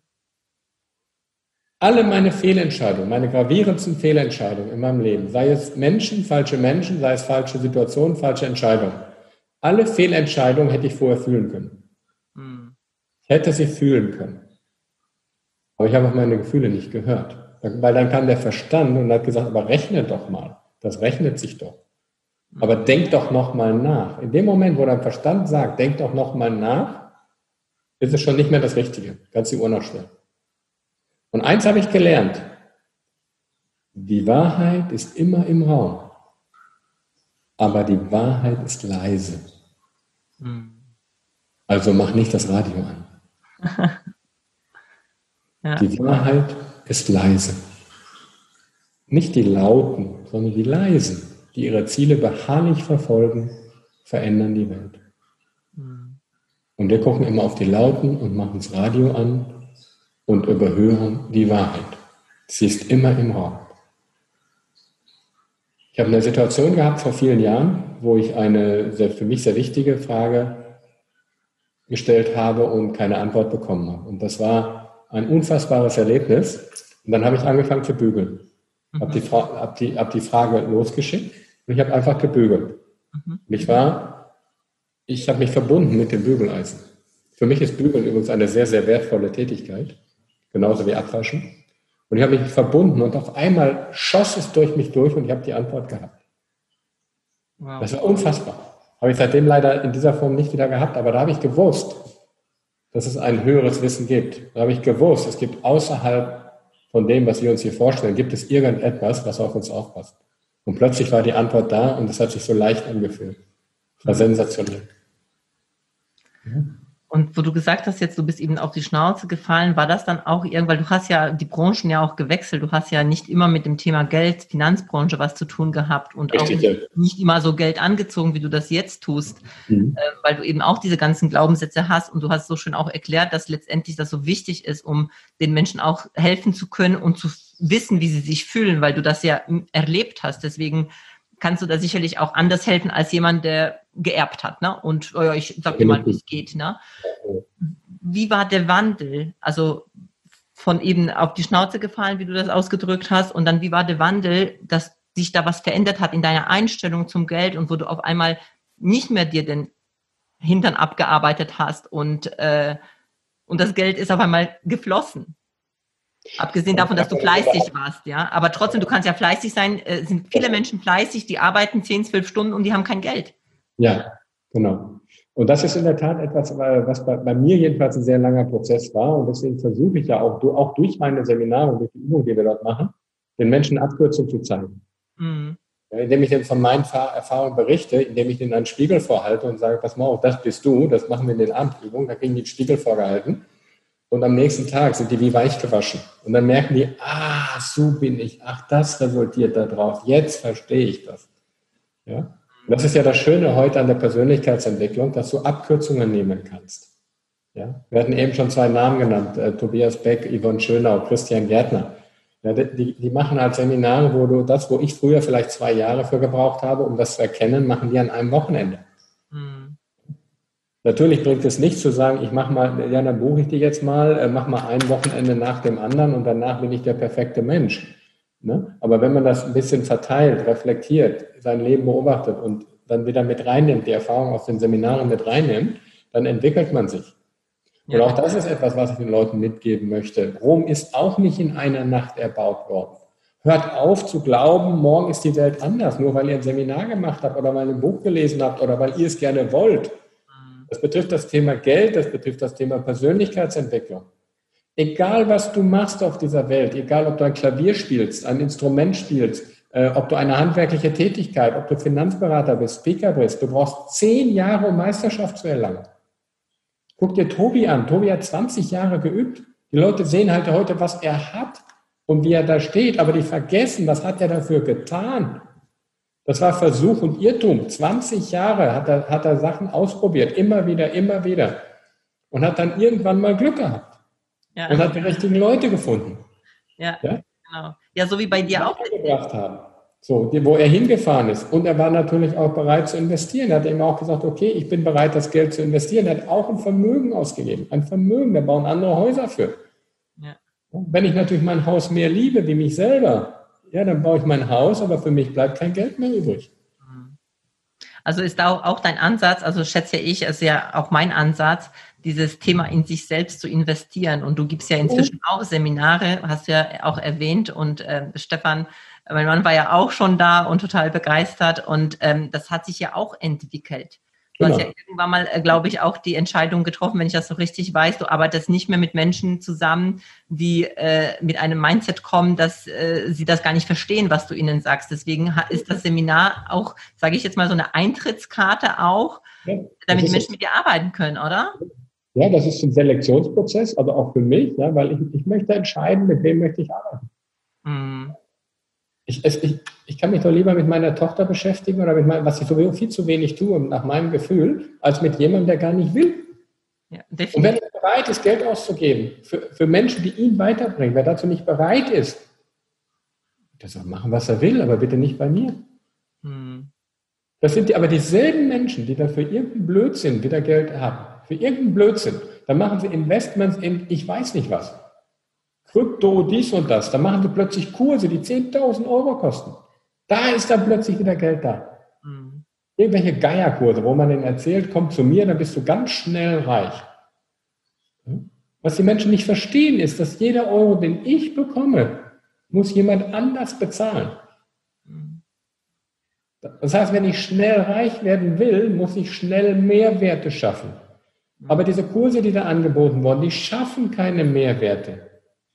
Alle meine Fehlentscheidungen, meine gravierendsten Fehlentscheidungen in meinem Leben, sei es Menschen, falsche Menschen, sei es falsche Situationen, falsche Entscheidungen, alle Fehlentscheidungen hätte ich vorher fühlen können. Mhm. Ich hätte sie fühlen können. Aber ich habe auf meine Gefühle nicht gehört. Weil dann kam der Verstand und hat gesagt, aber rechne doch mal. Das rechnet sich doch. Aber denk doch nochmal nach. In dem Moment, wo dein Verstand sagt, denk doch nochmal nach, ist es schon nicht mehr das Richtige. Kannst die Uhr noch stellen. Und eins habe ich gelernt. Die Wahrheit ist immer im Raum. Aber die Wahrheit ist leise. Also mach nicht das Radio an. Ja. Die Wahrheit ist leise. Nicht die Lauten, sondern die Leisen, die ihre Ziele beharrlich verfolgen, verändern die Welt. Mhm. Und wir gucken immer auf die Lauten und machen das Radio an und überhören die Wahrheit. Sie ist immer im Raum. Ich habe eine Situation gehabt vor vielen Jahren, wo ich eine sehr, für mich sehr wichtige Frage gestellt habe und keine Antwort bekommen habe. Und das war ein unfassbares Erlebnis. Und dann habe ich angefangen zu bügeln. Mhm. Habe die, Fra- hab die, hab die Frage losgeschickt. Und ich habe einfach gebügelt. Mhm. Und ich war, ich habe mich verbunden mit dem Bügeleisen. Für mich ist Bügeln übrigens eine sehr, sehr wertvolle Tätigkeit. Genauso wie Abwaschen. Und ich habe mich verbunden und auf einmal schoss es durch mich durch und ich habe die Antwort gehabt. Wow. Das war unfassbar. Habe ich seitdem leider in dieser Form nicht wieder gehabt, aber da habe ich gewusst, dass es ein höheres Wissen gibt. Da habe ich gewusst, es gibt außerhalb von dem, was wir uns hier vorstellen, gibt es irgendetwas, was auf uns aufpasst. Und plötzlich war die Antwort da und es hat sich so leicht angefühlt. Das war sensationell. Ja. Und wo du gesagt hast, jetzt du bist eben auf die Schnauze gefallen, war das dann auch irgendwann, weil du hast ja die Branchen ja auch gewechselt, du hast ja nicht immer mit dem Thema Geld, Finanzbranche was zu tun gehabt und Richtig, auch nicht, ja. nicht immer so Geld angezogen, wie du das jetzt tust, mhm. äh, weil du eben auch diese ganzen Glaubenssätze hast und du hast so schön auch erklärt, dass letztendlich das so wichtig ist, um den Menschen auch helfen zu können und zu wissen, wie sie sich fühlen, weil du das ja erlebt hast, deswegen kannst du da sicherlich auch anders helfen als jemand, der geerbt hat, ne? Und oh ja, ich sag dir mal, wie es geht, ne? Wie war der Wandel? Also von eben auf die Schnauze gefallen, wie du das ausgedrückt hast, und dann wie war der Wandel, dass sich da was verändert hat in deiner Einstellung zum Geld und wo du auf einmal nicht mehr dir den Hintern abgearbeitet hast und, äh, und das Geld ist auf einmal geflossen. Abgesehen davon, dass du fleißig warst, ja. Aber trotzdem, du kannst ja fleißig sein, äh, sind viele Menschen fleißig, die arbeiten zehn, zwölf Stunden und die haben kein Geld. Ja, genau. Und das ist in der Tat etwas, was bei, bei mir jedenfalls ein sehr langer Prozess war. Und deswegen versuche ich ja auch, auch durch meine Seminare und durch die Übungen, die wir dort machen, den Menschen Abkürzungen zu zeigen. Mhm. Ja, indem ich denen von meinen Erfahrungen berichte, indem ich denen einen Spiegel vorhalte und sage, pass mal auf, das bist du, das machen wir in den Abendübungen, da kriegen die den Spiegel vorgehalten. Und am nächsten Tag sind die wie weich gewaschen. Und dann merken die, ah, so bin ich, ach, das resultiert da drauf, jetzt verstehe ich das. Ja? Und das ist ja das Schöne heute an der Persönlichkeitsentwicklung, dass du Abkürzungen nehmen kannst. Ja? Wir hatten eben schon zwei Namen genannt, äh, Tobias Beck, Yvonne Schönau, Christian Gärtner. Ja, die, die machen halt Seminare, wo du das, wo ich früher vielleicht zwei Jahre für gebraucht habe, um das zu erkennen, machen die an einem Wochenende. Mhm. Natürlich bringt es nichts zu sagen, ich mache mal, ja, dann buche ich die jetzt mal, äh, mach mal ein Wochenende nach dem anderen und danach bin ich der perfekte Mensch. Ne? Aber wenn man das ein bisschen verteilt, reflektiert, sein Leben beobachtet und dann wieder mit reinnimmt, die Erfahrung aus den Seminaren mit reinnimmt, dann entwickelt man sich. Und auch das ist etwas, was ich den Leuten mitgeben möchte. Rom ist auch nicht in einer Nacht erbaut worden. Hört auf zu glauben, morgen ist die Welt anders, nur weil ihr ein Seminar gemacht habt oder weil ihr ein Buch gelesen habt oder weil ihr es gerne wollt. Das betrifft das Thema Geld, das betrifft das Thema Persönlichkeitsentwicklung. Egal, was du machst auf dieser Welt, egal, ob du ein Klavier spielst, ein Instrument spielst, äh, ob du eine handwerkliche Tätigkeit, ob du Finanzberater bist, Speaker bist, du brauchst zehn Jahre, um Meisterschaft zu erlangen. Guck dir Tobi an. Tobi hat zwanzig Jahre geübt. Die Leute sehen halt heute, was er hat und wie er da steht, aber die vergessen, was hat er dafür getan? Das war Versuch und Irrtum. zwanzig Jahre hat er, hat er Sachen ausprobiert, immer wieder, immer wieder. Und hat dann irgendwann mal Glück gehabt. Ja. Und hat die richtigen Leute gefunden. Ja, ja? Genau. Ja, so wie bei dir auch. Gebracht haben. So, wo er hingefahren ist. Und er war natürlich auch bereit zu investieren. Er hat eben auch gesagt, okay, ich bin bereit, das Geld zu investieren. Er hat auch ein Vermögen ausgegeben. Ein Vermögen, da bauen andere Häuser für. Ja. Wenn ich natürlich mein Haus mehr liebe wie mich selber, ja, dann baue ich mein Haus, aber für mich bleibt kein Geld mehr übrig. Also ist auch, auch dein Ansatz, also schätze ich, ist ja auch mein Ansatz, dieses Thema in sich selbst zu investieren. Und du gibst ja inzwischen auch Seminare, hast du ja auch erwähnt. Und äh, Stefan, mein Mann war ja auch schon da und total begeistert. Und ähm, das hat sich ja auch entwickelt. Du genau. hast ja irgendwann mal, äh, glaube ich, auch die Entscheidung getroffen, wenn ich das so richtig weiß, du arbeitest nicht mehr mit Menschen zusammen, die äh, mit einem Mindset kommen, dass äh, sie das gar nicht verstehen, was du ihnen sagst. Deswegen ist das Seminar auch, sage ich jetzt mal, so eine Eintrittskarte auch, ja, damit die Menschen mit dir arbeiten können, oder? Ja, das ist ein Selektionsprozess, also auch für mich, ja, weil ich, ich möchte entscheiden, mit wem möchte ich arbeiten. Mhm. Ich, ich, ich kann mich doch lieber mit meiner Tochter beschäftigen oder mit meinem, was ich sowieso viel zu wenig tue, nach meinem Gefühl, als mit jemandem, der gar nicht will. Ja, definitiv. Und wenn er bereit ist, Geld auszugeben für, für Menschen, die ihn weiterbringen, wer dazu nicht bereit ist, der soll machen, was er will, aber bitte nicht bei mir. Hm. Das sind die, aber dieselben Menschen, die dann für irgendeinen Blödsinn wieder Geld haben, für irgendeinen Blödsinn, dann machen sie Investments in ich weiß nicht was. Krypto, dies und das. Da machen sie plötzlich Kurse, die zehntausend Euro kosten. Da ist dann plötzlich wieder Geld da. Mhm. Irgendwelche Geierkurse, wo man denen erzählt, komm zu mir, dann bist du ganz schnell reich. Was die Menschen nicht verstehen, ist, dass jeder Euro, den ich bekomme, muss jemand anders bezahlen. Mhm. Das heißt, wenn ich schnell reich werden will, muss ich schnell Mehrwerte schaffen. Mhm. Aber diese Kurse, die da angeboten wurden, die schaffen keine Mehrwerte.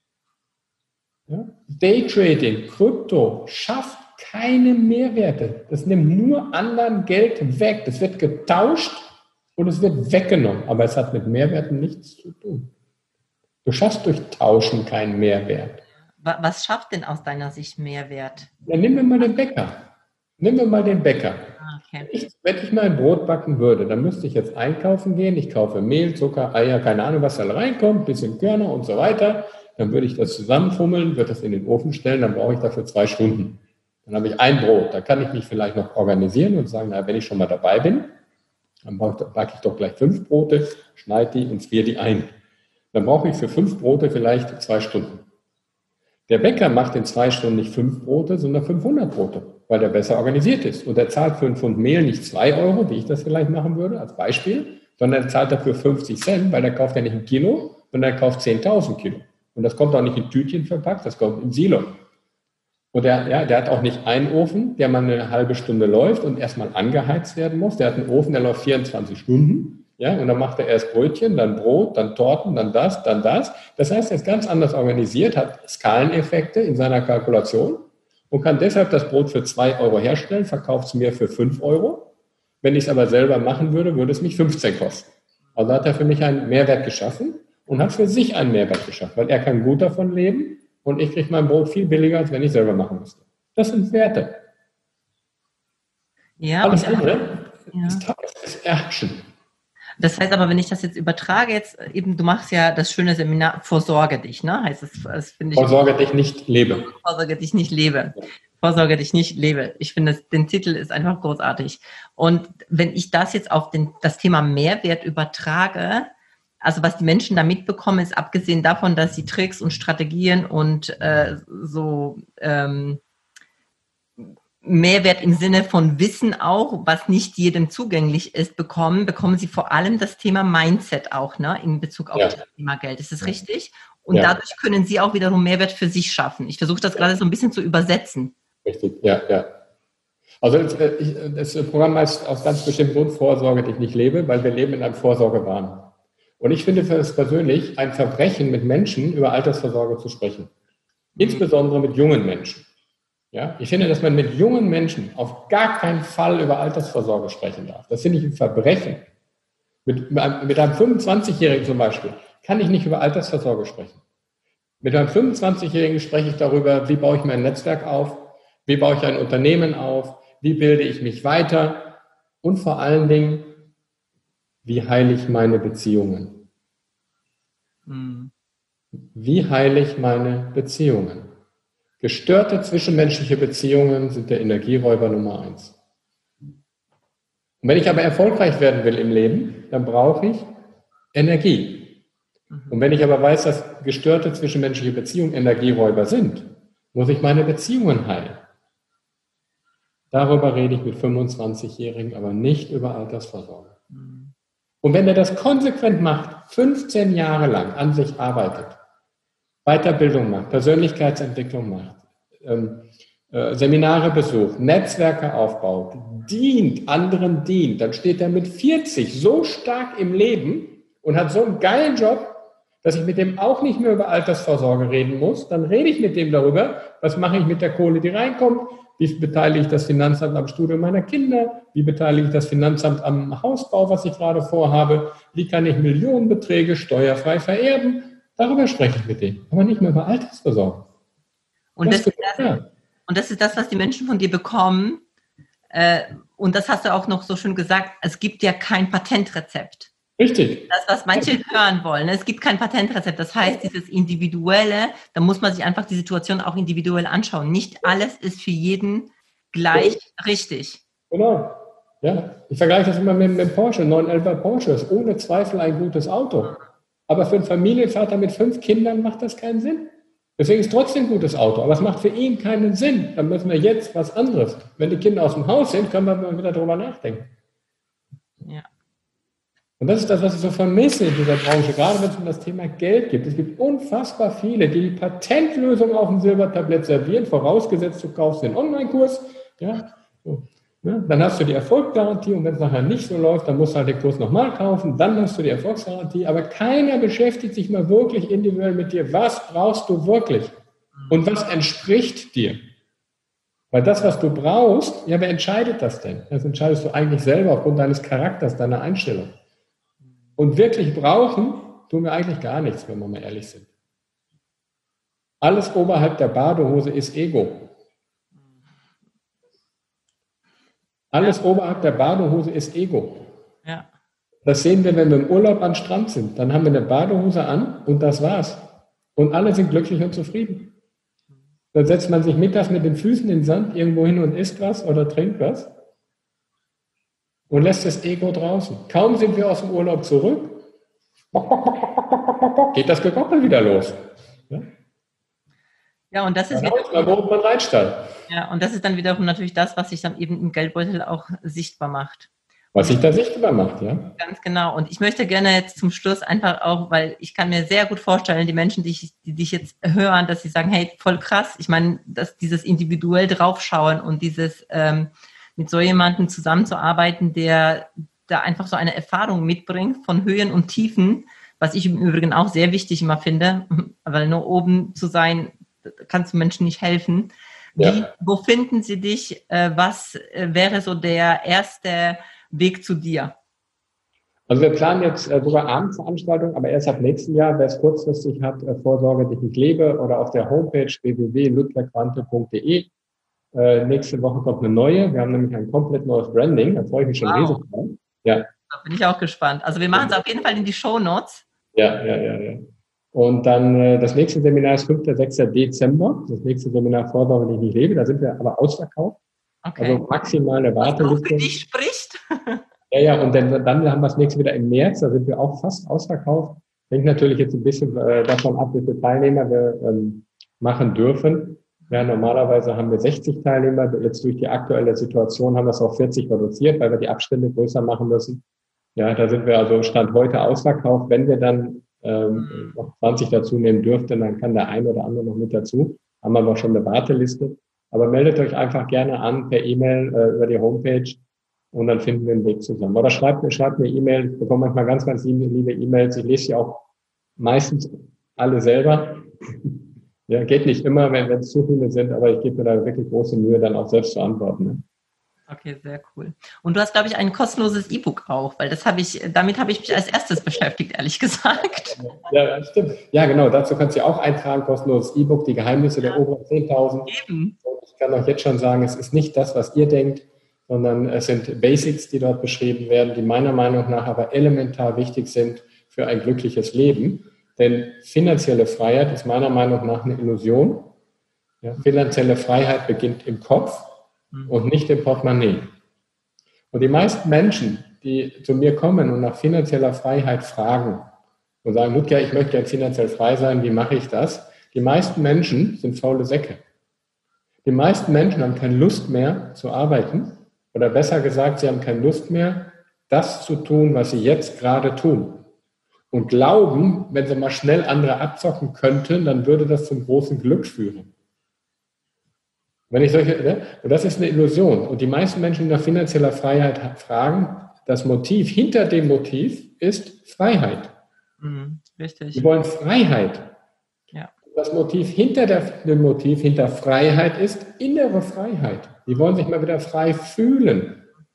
Ja? Daytrading, Krypto schafft keine Mehrwerte. Das nimmt nur anderen Geld weg. Das wird getauscht und es wird weggenommen. Aber es hat mit Mehrwerten nichts zu tun. Du schaffst durch Tauschen keinen Mehrwert. Was schafft denn aus deiner Sicht Mehrwert? Ja, nehmen wir mal den Bäcker. Nehmen wir mal den Bäcker. Okay. Ich, wenn ich mal ein Brot backen würde, dann müsste ich jetzt einkaufen gehen. Ich kaufe Mehl, Zucker, Eier, keine Ahnung, was da reinkommt, bisschen Körner und so weiter. Dann würde ich das zusammenfummeln, würde das in den Ofen stellen, dann brauche ich dafür zwei Stunden. Dann habe ich ein Brot. Da kann ich mich vielleicht noch organisieren und sagen, na, wenn ich schon mal dabei bin, dann backe ich doch gleich fünf Brote, schneide die und friere die ein. Dann brauche ich für fünf Brote vielleicht zwei Stunden. Der Bäcker macht in zwei Stunden nicht fünf Brote, sondern fünfhundert Brote, weil der besser organisiert ist. Und er zahlt für einen Pfund Mehl nicht zwei Euro, wie ich das vielleicht machen würde, als Beispiel, sondern er zahlt dafür fünfzig Cent, weil er kauft ja nicht ein Kilo, sondern er kauft zehntausend Kilo. Und das kommt auch nicht in Tütchen verpackt, das kommt im Silo. Und der, ja, der hat auch nicht einen Ofen, der mal eine halbe Stunde läuft und erstmal angeheizt werden muss. Der hat einen Ofen, der läuft vierundzwanzig Stunden. Ja, und dann macht er erst Brötchen, dann Brot, dann Torten, dann das, dann das. Das heißt, er ist ganz anders organisiert, hat Skaleneffekte in seiner Kalkulation und kann deshalb das Brot für zwei Euro herstellen, verkauft es mir für fünf Euro. Wenn ich es aber selber machen würde, würde es mich fünfzehn kosten. Also hat er für mich einen Mehrwert geschaffen und hat für sich einen Mehrwert geschaffen, weil er kann gut davon leben und ich kriege mein Brot viel billiger, als wenn ich selber machen müsste. Das sind Werte. Ja, Alles und, andere ja. ist, ist Action. Das heißt aber, wenn ich das jetzt übertrage, jetzt eben, du machst ja das schöne Seminar Vorsorge dich, ne? Heißt es, das finde ich. Vorsorge dich nicht lebe. Vorsorge dich nicht lebe. Vorsorge dich nicht lebe. Ich finde, das, den Titel ist einfach großartig. Und wenn ich das jetzt auf den, das Thema Mehrwert übertrage, also was die Menschen da mitbekommen, ist abgesehen davon, dass sie Tricks und Strategien und äh, so ähm, Mehrwert im Sinne von Wissen auch, was nicht jedem zugänglich ist, bekommen, bekommen sie vor allem das Thema Mindset auch, ne, in Bezug auf ja. das Thema Geld. Ist das richtig? Und ja. dadurch können sie auch wiederum Mehrwert für sich schaffen. Ich versuche das ja. gerade so ein bisschen zu übersetzen. Richtig, ja, ja. Also das Programm heißt aus ganz bestimmten Grund Vorsorge, die ich nicht lebe, weil wir leben in einem Vorsorgewahn. Und ich finde für das persönlich ein Verbrechen, mit Menschen über Altersvorsorge zu sprechen. Mhm. Insbesondere mit jungen Menschen. Ja, ich finde, dass man mit jungen Menschen auf gar keinen Fall über Altersvorsorge sprechen darf. Das finde ich ein Verbrechen. Mit, mit einem fünfundzwanzigjährigen zum Beispiel kann ich nicht über Altersvorsorge sprechen. Mit einem fünfundzwanzigjährigen spreche ich darüber, wie baue ich mein Netzwerk auf, wie baue ich ein Unternehmen auf, wie bilde ich mich weiter und vor allen Dingen, wie heile ich meine Beziehungen. Mhm. Wie heile ich meine Beziehungen? Gestörte zwischenmenschliche Beziehungen sind der Energieräuber Nummer eins. Und wenn ich aber erfolgreich werden will im Leben, dann brauche ich Energie. Und wenn ich aber weiß, dass gestörte zwischenmenschliche Beziehungen Energieräuber sind, muss ich meine Beziehungen heilen. Darüber rede ich mit fünfundzwanzigjährigen, aber nicht über Altersvorsorge. Und wenn er das konsequent macht, fünfzehn Jahre lang an sich arbeitet, Weiterbildung macht, Persönlichkeitsentwicklung macht, ähm, äh, Seminare besucht, Netzwerke aufbaut, dient, anderen dient, dann steht er mit vierzig so stark im Leben und hat so einen geilen Job, dass ich mit dem auch nicht mehr über Altersvorsorge reden muss. Dann rede ich mit dem darüber, was mache ich mit der Kohle, die reinkommt, wie beteilige ich das Finanzamt am Studium meiner Kinder, wie beteilige ich das Finanzamt am Hausbau, was ich gerade vorhabe, wie kann ich Millionenbeträge steuerfrei vererben. Darüber spreche ich mit denen, aber nicht mehr über Altersvorsorge. Und das, das, ist das, und das ist das, was die Menschen von dir bekommen. Äh, und das hast du auch noch so schön gesagt, es gibt ja kein Patentrezept. Richtig. Das, was manche hören wollen, es gibt kein Patentrezept. Das heißt, dieses Individuelle, da muss man sich einfach die Situation auch individuell anschauen. Nicht alles ist für jeden gleich ja. richtig. Genau. Ja. Ich vergleiche das immer mit dem Porsche. neunhundertelfer Porsche ist ohne Zweifel ein gutes Auto. Aber für einen Familienvater mit fünf Kindern macht das keinen Sinn. Deswegen ist es trotzdem ein gutes Auto, aber es macht für ihn keinen Sinn. Dann müssen wir jetzt was anderes. Wenn die Kinder aus dem Haus sind, können wir mal wieder darüber nachdenken. Ja. Und das ist das, was ich so vermisse in dieser Branche, gerade wenn es um das Thema Geld geht. Es gibt unfassbar viele, die die Patentlösung auf dem Silbertablett servieren, vorausgesetzt du kaufst den Online-Kurs. Ja, so. Ja, dann hast du die Erfolgsgarantie und wenn es nachher nicht so läuft, dann musst du halt den Kurs nochmal kaufen, dann hast du die Erfolgsgarantie, aber keiner beschäftigt sich mal wirklich individuell mit dir. Was brauchst du wirklich? Und was entspricht dir? Weil das, was du brauchst, ja, wer entscheidet das denn? Das entscheidest du eigentlich selber aufgrund deines Charakters, deiner Einstellung. Und wirklich brauchen, tun wir eigentlich gar nichts, wenn wir mal ehrlich sind. Alles oberhalb der Badehose ist Ego. Alles ja. oberhalb der Badehose ist Ego. Ja. Das sehen wir, wenn wir im Urlaub am Strand sind. Dann haben wir eine Badehose an und das war's. Und alle sind glücklich und zufrieden. Dann setzt man sich mittags mit den Füßen in den Sand irgendwo hin und isst was oder trinkt was und lässt das Ego draußen. Kaum sind wir aus dem Urlaub zurück, geht das Gekoppel wieder los. Ja, ja und das ist dann wieder, mal, wo man reinstellt. Ja, und das ist dann wiederum natürlich das, was sich dann eben im Geldbeutel auch sichtbar macht. Was sich da sichtbar macht, ja. Ganz genau. Und ich möchte gerne jetzt zum Schluss einfach auch, weil ich kann mir sehr gut vorstellen, die Menschen, die, ich, die dich jetzt hören, dass sie sagen, hey, voll krass. Ich meine, dass dieses individuell draufschauen und dieses ähm, mit so jemandem zusammenzuarbeiten, der da einfach so eine Erfahrung mitbringt von Höhen und Tiefen, was ich im Übrigen auch sehr wichtig immer finde, weil nur oben zu sein, kannst du Menschen nicht helfen. Wie, ja. Wo finden sie dich? Äh, was äh, wäre so der erste Weg zu dir? Also wir planen jetzt äh, sogar Abendveranstaltungen, aber erst ab nächsten Jahr, wer es kurzfristig hat, äh, Vorsorge, die ich lebe, oder auf der Homepage w w w punkt ludgerquante punkt d e. Äh, nächste Woche kommt eine neue. Wir haben nämlich ein komplett neues Branding. Da freue ich mich schon riesig drauf. Ja. Da bin ich auch gespannt. Also wir machen es auf jeden Fall in die Shownotes. Ja, ja, ja, ja. Und dann äh, das nächste Seminar ist fünfter sechster Dezember. Das nächste Seminar Vorsorge, die ich nicht lebe. Da sind wir aber ausverkauft. Okay. Also maximal eine Warteliste. Was für dich spricht. Ja, ja, und dann, dann haben wir das nächste wieder im März. Da sind wir auch fast ausverkauft. Hängt natürlich jetzt ein bisschen äh, davon ab, wie viele Teilnehmer wir ähm, machen dürfen. Ja, normalerweise haben wir sechzig Teilnehmer. Jetzt durch die aktuelle Situation haben wir es auf vierzig reduziert, weil wir die Abstände größer machen müssen. Ja, da sind wir also Stand heute ausverkauft. Wenn wir dann ähm, noch zwanzig dazu nehmen dürften, dann kann der ein oder andere noch mit dazu. Haben wir aber schon eine Warteliste. Aber meldet euch einfach gerne an per E-Mail äh, über die Homepage und dann finden wir einen Weg zusammen. Oder schreibt mir, schreibt mir E-Mail. Ich bekomme manchmal ganz, ganz liebe E-Mails. Ich lese sie auch meistens alle selber. Ja, geht nicht immer, wenn es zu viele sind, aber ich gebe mir da wirklich große Mühe, dann auch selbst zu antworten. Ne? Okay, sehr cool. Und du hast, glaube ich, ein kostenloses E-Book auch, weil das habe ich, damit habe ich mich als erstes beschäftigt, ehrlich gesagt. Ja, stimmt. Ja, genau, dazu kannst du auch eintragen, kostenloses E-Book, die Geheimnisse ja. der oberen zehntausend. Eben. Und ich kann euch jetzt schon sagen, es ist nicht das, was ihr denkt, sondern es sind Basics, die dort beschrieben werden, die meiner Meinung nach aber elementar wichtig sind für ein glückliches Leben. Denn finanzielle Freiheit ist meiner Meinung nach eine Illusion. Ja, finanzielle Freiheit beginnt im Kopf und nicht im Portemonnaie. Und die meisten Menschen, die zu mir kommen und nach finanzieller Freiheit fragen und sagen, Ludger, ich möchte gerne finanziell frei sein, wie mache ich das? Die meisten Menschen sind faule Säcke. Die meisten Menschen haben keine Lust mehr zu arbeiten oder besser gesagt, sie haben keine Lust mehr, das zu tun, was sie jetzt gerade tun. Und glauben, wenn sie mal schnell andere abzocken könnten, dann würde das zum großen Glück führen. Wenn ich solche, ne? Und das ist eine Illusion. Und die meisten Menschen, die nach finanzieller Freiheit fragen, das Motiv hinter dem Motiv ist Freiheit. Mhm, richtig. Sie wollen Freiheit. Ja. Das Motiv hinter der, dem Motiv hinter Freiheit ist innere Freiheit. Die wollen sich mal wieder frei fühlen.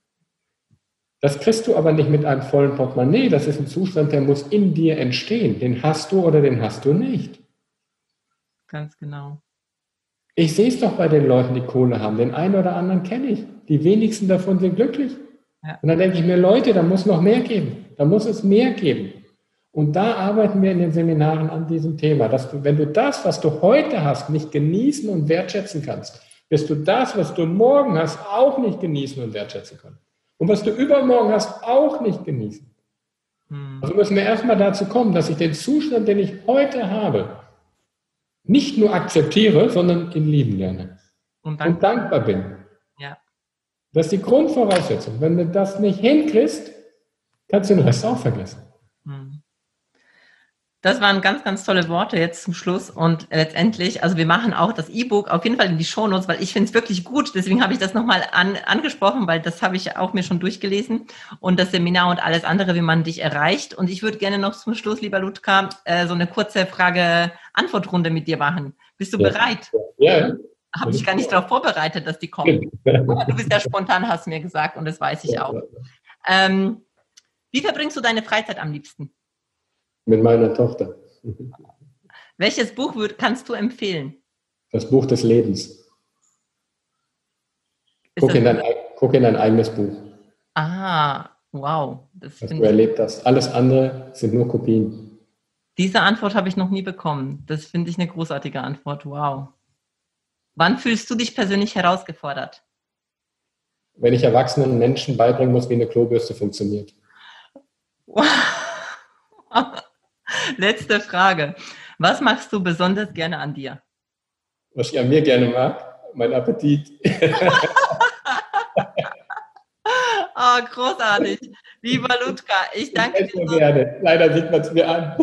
Das kriegst du aber nicht mit einem vollen Portemonnaie. Das ist ein Zustand, der muss in dir entstehen. Den hast du oder den hast du nicht. Ganz genau. Ich sehe es doch bei den Leuten, die Kohle haben. Den einen oder anderen kenne ich. Die wenigsten davon sind glücklich. Ja. Und dann denke ich mir, Leute, da muss noch mehr geben. Da muss es mehr geben. Und da arbeiten wir in den Seminaren an diesem Thema. Dass du, wenn du das, was du heute hast, nicht genießen und wertschätzen kannst, wirst du das, was du morgen hast, auch nicht genießen und wertschätzen können. Und was du übermorgen hast, auch nicht genießen. Hm. Also müssen wir erstmal dazu kommen, dass ich den Zustand, den ich heute habe, nicht nur akzeptiere, sondern ihn lieben lerne. Und dankbar, und dankbar bin. Ja. Das ist die Grundvoraussetzung. Wenn du das nicht hinkriegst, kannst du den Rest auch vergessen. Hm. Das waren ganz, ganz tolle Worte jetzt zum Schluss und letztendlich, also wir machen auch das E-Book auf jeden Fall in die Shownotes, weil ich finde es wirklich gut, deswegen habe ich das nochmal an, angesprochen, weil das habe ich auch mir schon durchgelesen und das Seminar und alles andere, wie man dich erreicht. Und ich würde gerne noch zum Schluss, lieber Ludger, äh, so eine kurze Frage-Antwort-Runde mit dir machen. Bist du ja. bereit? Ja. ja. Habe ich gar nicht darauf vorbereitet, dass die kommen. Aber du bist ja spontan, hast du mir gesagt und das weiß ich ja, auch. Ja. Ähm, wie verbringst du deine Freizeit am liebsten? Mit meiner Tochter. Welches Buch würd, kannst du empfehlen? Das Buch des Lebens. Guck in, dein, guck in dein eigenes Buch. Ah, wow. Das was du erlebt hast. Alles andere sind nur Kopien. Diese Antwort habe ich noch nie bekommen. Das finde ich eine großartige Antwort. Wow. Wann fühlst du dich persönlich herausgefordert? Wenn ich erwachsenen Menschen beibringen muss, wie eine Klobürste funktioniert. Wow. Letzte Frage. Was machst du besonders gerne an dir? Was ich an mir gerne mag? Mein Appetit. Oh, großartig. Lieber Ludger, ich danke dir. So. Leider sieht man es mir an.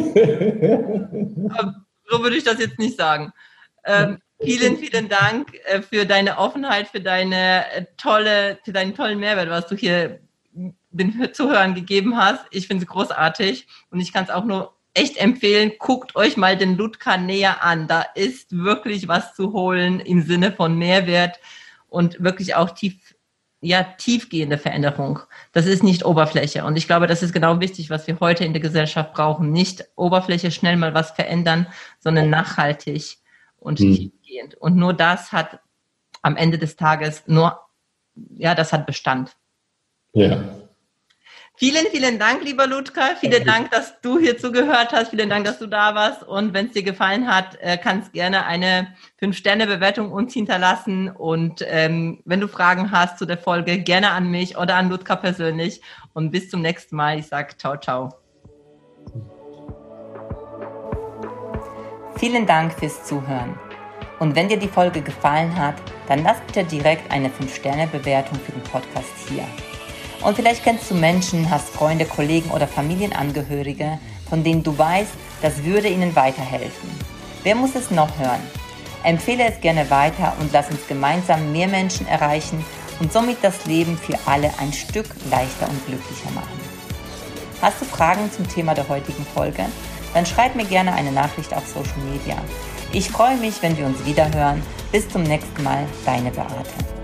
So würde ich das jetzt nicht sagen. Ähm, vielen, vielen Dank äh, für deine Offenheit, für deine äh, tolle, für deinen tollen Mehrwert, was du hier den Zuhörern gegeben hast. Ich finde es großartig und ich kann es auch nur echt empfehlen. Guckt euch mal den Ludger näher an. Da ist wirklich was zu holen im Sinne von Mehrwert und wirklich auch tief, ja, tiefgehende Veränderung. Das ist nicht Oberfläche. Und ich glaube, das ist genau wichtig, was wir heute in der Gesellschaft brauchen. Nicht Oberfläche schnell mal was verändern, sondern nachhaltig und hm. tiefgehend. Und nur das hat am Ende des Tages nur, ja, das hat Bestand. Ja. Vielen, vielen Dank, lieber Ludger. Vielen Dank, dass du hier zugehört hast. Vielen Dank, dass du da warst. Und wenn es dir gefallen hat, kannst gerne eine fünf Sterne Bewertung uns hinterlassen. Und ähm, wenn du Fragen hast zu der Folge, gerne an mich oder an Ludger persönlich. Und bis zum nächsten Mal. Ich sage ciao, ciao. Vielen Dank fürs Zuhören. Und wenn dir die Folge gefallen hat, dann lass bitte direkt eine fünf Sterne Bewertung für den Podcast hier. Und vielleicht kennst du Menschen, hast Freunde, Kollegen oder Familienangehörige, von denen du weißt, das würde ihnen weiterhelfen. Wer muss es noch hören? Empfehle es gerne weiter und lass uns gemeinsam mehr Menschen erreichen und somit das Leben für alle ein Stück leichter und glücklicher machen. Hast du Fragen zum Thema der heutigen Folge? Dann schreib mir gerne eine Nachricht auf Social Media. Ich freue mich, wenn wir uns wiederhören. Bis zum nächsten Mal, deine Beate.